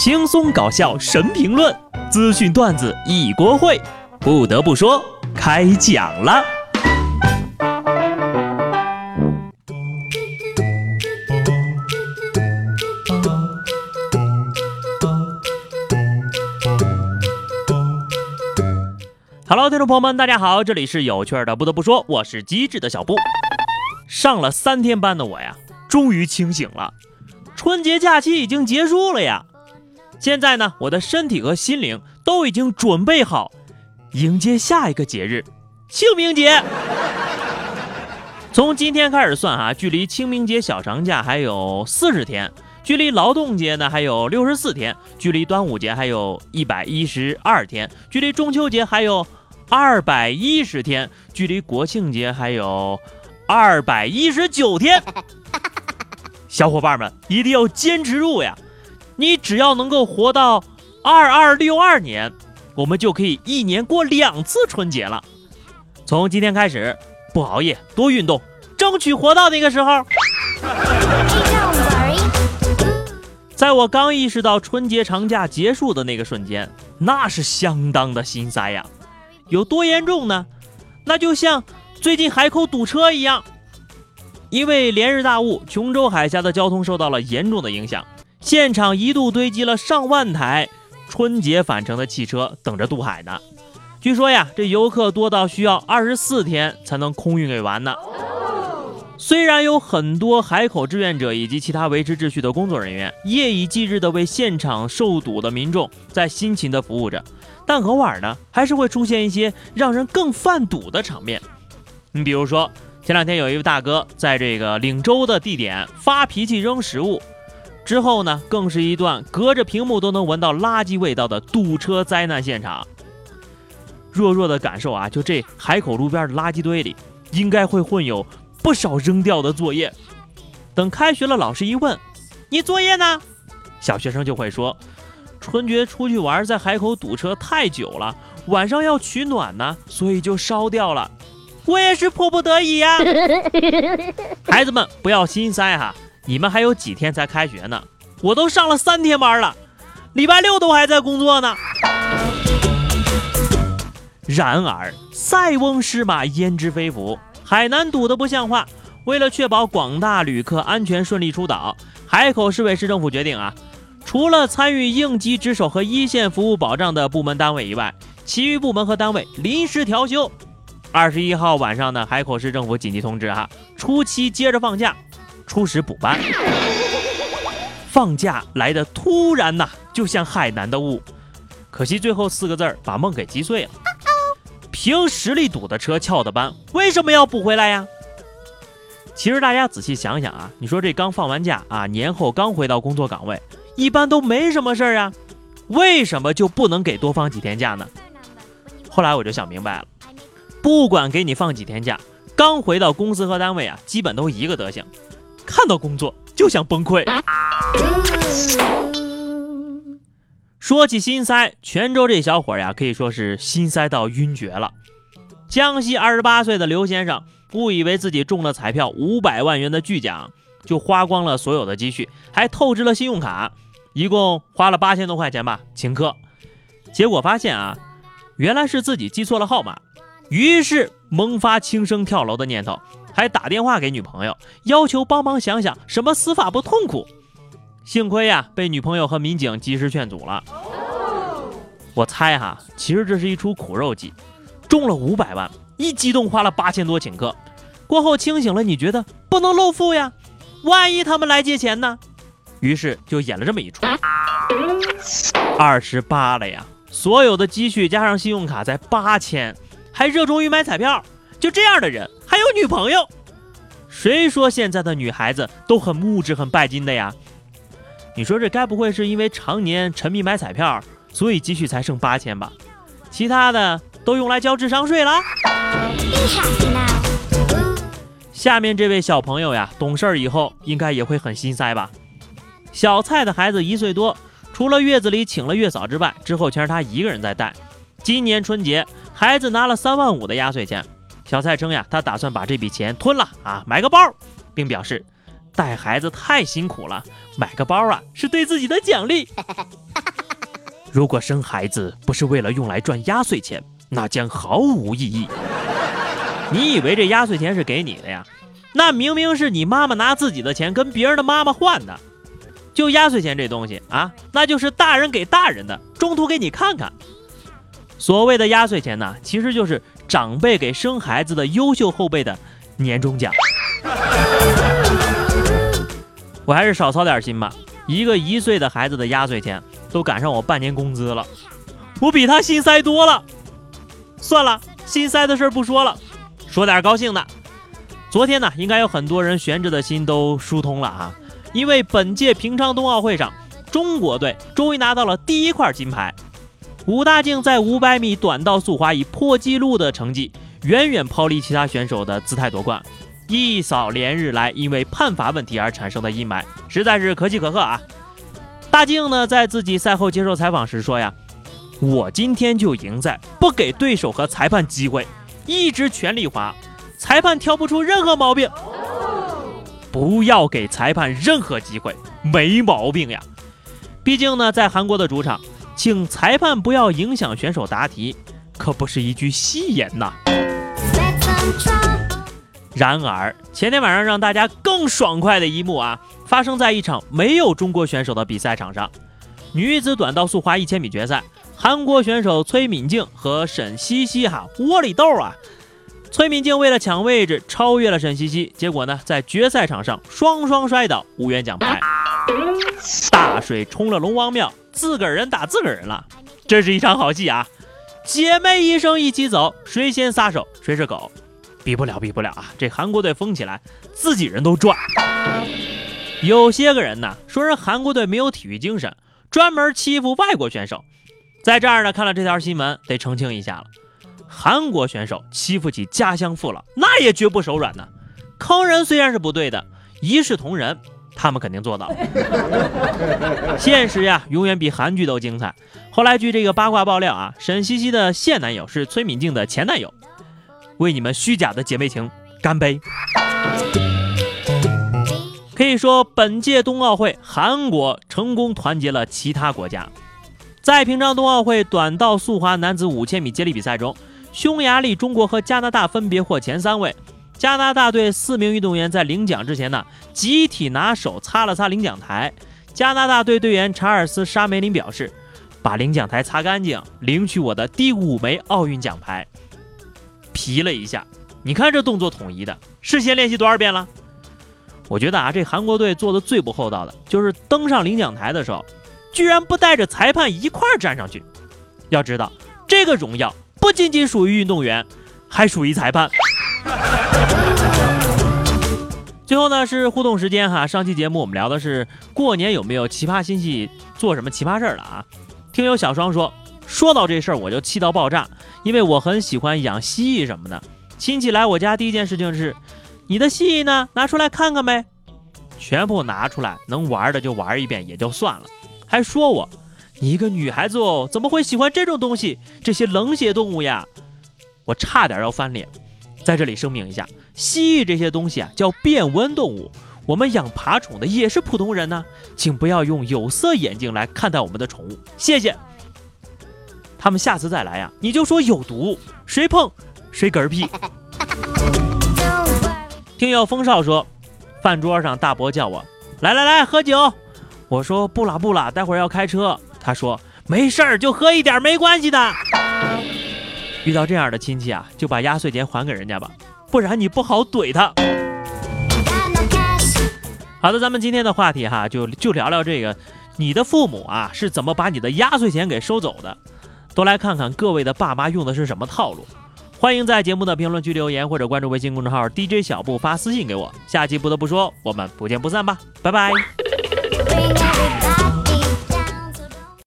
轻松搞笑神评论，资讯段子一锅烩。不得不说，开讲了。Hello， 听众朋友们，大家好，这里是有趣的。不得不说，我是机智的小布。上了3天班的我呀，终于清醒了。春节假期已经结束了呀。现在呢，我的身体和心灵都已经准备好迎接下一个节日——清明节。从今天开始算距离清明节小长假还有40天，距离劳动节呢还有64天，距离端午节还有112天，距离中秋节还有210天，距离国庆节还有219天。小伙伴们一定要坚持住呀！你只要能够活到2262年，我们就可以1年过2次春节了。从今天开始，不熬夜，多运动，争取活到那个时候。在我刚意识到春节长假结束的那个瞬间，那是相当的心塞呀。有多严重呢？那就像最近海口堵车一样。因为连日大雾，琼州海峡的交通受到了严重的影响，现场一度堆积了上万台春节返程的汽车等着渡海呢。据说呀，这游客多到需要24天才能空运给完呢。虽然有很多海口志愿者以及其他维持秩序的工作人员夜以继日的为现场受堵的民众在辛勤的服务着，但偶尔呢，还是会出现一些让人更犯堵的场面。你比如说，前2天有一位大哥在这个岭州的地点发脾气扔食物，之后呢，更是一段隔着屏幕都能闻到垃圾味道的堵车灾难现场。弱弱的感受就这海口路边的垃圾堆里应该会混有不少扔掉的作业。等开学了，老师一问你作业呢，小学生就会说春节出去玩，在海口堵车太久了，晚上要取暖呢，所以就烧掉了。我也是迫不得已呀。孩子们不要心塞你们还有几天才开学呢，我都上了3天班了，礼拜6都还在工作呢。然而塞翁失马焉知非福，海南堵得不像话。为了确保广大旅客安全顺利出岛，海口市委市政府决定除了参与应急值守和一线服务保障的部门单位以外，其余部门和单位临时调休。21号晚上呢，海口市政府紧急通知初7接着放假，初10补班。放假来的突然就像海南的雾，可惜最后4个字把梦给击碎了。凭实力堵的车翘的班，为什么要补回来呀？其实大家仔细想想你说这刚放完假年后刚回到工作岗位，一般都没什么事儿为什么就不能给多放几天假呢？后来我就想明白了，不管给你放几天假，刚回到公司和单位基本都一个德行，看到工作就想崩溃。说起心塞，泉州这小伙可以说是心塞到晕厥了。江西28岁的刘先生误以为自己中了彩票500万元的巨奖，就花光了所有的积蓄，还透支了信用卡，一共花了8000多块钱吧请客。结果发现原来是自己记错了号码，于是萌发轻生跳楼的念头，还打电话给女朋友，要求帮忙想想什么死法不痛苦。幸亏被女朋友和民警及时劝阻了。我猜其实这是一出苦肉计，中了500万，一激动花了8000多请客，过后清醒了，你觉得不能露富呀，万一他们来借钱呢？于是就演了这么一出。28了呀，所有的积蓄加上信用卡才8000，还热衷于买彩票，就这样的人还有女朋友？谁说现在的女孩子都很物质很拜金的呀？你说这该不会是因为常年沉迷买彩票，所以积蓄才剩8000吧？其他的都用来交智商税了。下面这位小朋友懂事以后应该也会很心塞吧？小蔡的孩子1岁多，除了月子里请了月嫂之外，之后全是他一个人在带。今年春节，孩子拿了3万5的压岁钱，小蔡称他打算把这笔钱吞了买个包，并表示带孩子太辛苦了，买个包是对自己的奖励。 如果生孩子不是为了用来赚压岁钱，那将毫无意义。你以为这压岁钱是给你的呀？那明明是你妈妈拿自己的钱跟别人的妈妈换的。就压岁钱这东西啊，那就是大人给大人的，中途给你看看。所谓的压岁钱呢，其实就是长辈给生孩子的优秀后辈的年终奖。我还是少操点心吧，一个1岁的孩子的压岁钱都赶上我半年工资了，我比他心塞多了。算了，心塞的事不说了，说点高兴的。昨天呢，应该有很多人悬着的心都疏通了啊，因为本届平昌冬奥会上，中国队终于拿到了第1块金牌。武大靖在500米短道速滑以破纪录的成绩，远远抛离其他选手的姿态夺冠，一扫连日来因为判罚问题而产生的阴霾，实在是可喜可贺啊！大靖呢，在自己赛后接受采访时说呀：“我今天就赢在不给对手和裁判机会，一直全力滑，裁判挑不出任何毛病。不要给裁判任何机会，没毛病呀！毕竟呢，在韩国的主场，请裁判不要影响选手答题，可不是一句戏言呐。”然而，前天晚上让大家更爽快的一幕啊，发生在一场没有中国选手的比赛场上。女子短道速滑1000米决赛，韩国选手崔敏静和沈西西窝里斗啊。崔敏静为了抢位置超越了沈西西，结果呢，在决赛场上双双摔倒，无缘奖牌。大水冲了龙王庙，自个儿人打自个儿人了，这是一场好戏啊！姐妹一生一起走，谁先撒手谁是狗。比不了啊！这韩国队疯起来，自己人都转。有些个人呢，说人韩国队没有体育精神，专门欺负外国选手。在这儿呢，看了这条新闻，得澄清一下了。韩国选手欺负起家乡父老，那也绝不手软呢。坑人虽然是不对的，一视同仁，他们肯定做到了。现实呀，永远比韩剧都精彩。后来据这个八卦爆料啊，沈西西的现男友是崔敏静的前男友。为你们虚假的姐妹情干杯！可以说，本届冬奥会，韩国成功团结了其他国家。在平昌冬奥会短道速滑男子5000米接力比赛中，匈牙利、中国和加拿大分别获前3位。加拿大队4名运动员在领奖之前呢，集体拿手擦了擦领奖台。加拿大队队员查尔斯·沙梅林表示：“把领奖台擦干净，领取我的第5枚奥运奖牌。”皮了一下，你看这动作统一的，事先练习多少遍了？我觉得啊，这韩国队做的最不厚道的就是登上领奖台的时候，居然不带着裁判一块站上去。要知道，这个荣耀不仅仅属于运动员，还属于裁判。最后呢是互动时间哈，上期节目我们聊的是过年有没有奇葩亲戚做什么奇葩事儿了啊？听友小双说到这事儿我就气到爆炸，因为我很喜欢养蜥蜴什么的。亲戚来我家第一件事情是：你的蜥蜴呢？拿出来看看呗。全部拿出来，能玩的就玩一遍也就算了，还说我你一个女孩子哦，怎么会喜欢这种东西？这些冷血动物呀！我差点要翻脸。在这里声明一下，蜥蜴这些东西啊叫变温动物，我们养爬宠的也是普通人呢，请不要用有色眼镜来看待我们的宠物，谢谢。他们下次再来呀，你就说有毒，谁碰谁嗝屁。听友风少说，饭桌上大伯叫我来喝酒，我说不啦，待会儿要开车。他说没事儿，就喝一点没关系的。遇到这样的亲戚啊，就把压岁钱还给人家吧，不然你不好怼他。好的，咱们今天的话题哈，就聊聊这个，你的父母啊是怎么把你的压岁钱给收走的？都来看看各位的爸妈用的是什么套路。欢迎在节目的评论区留言，或者关注微信公众号 DJ 小布发私信给我。下期不得不说，我们不见不散吧，拜拜。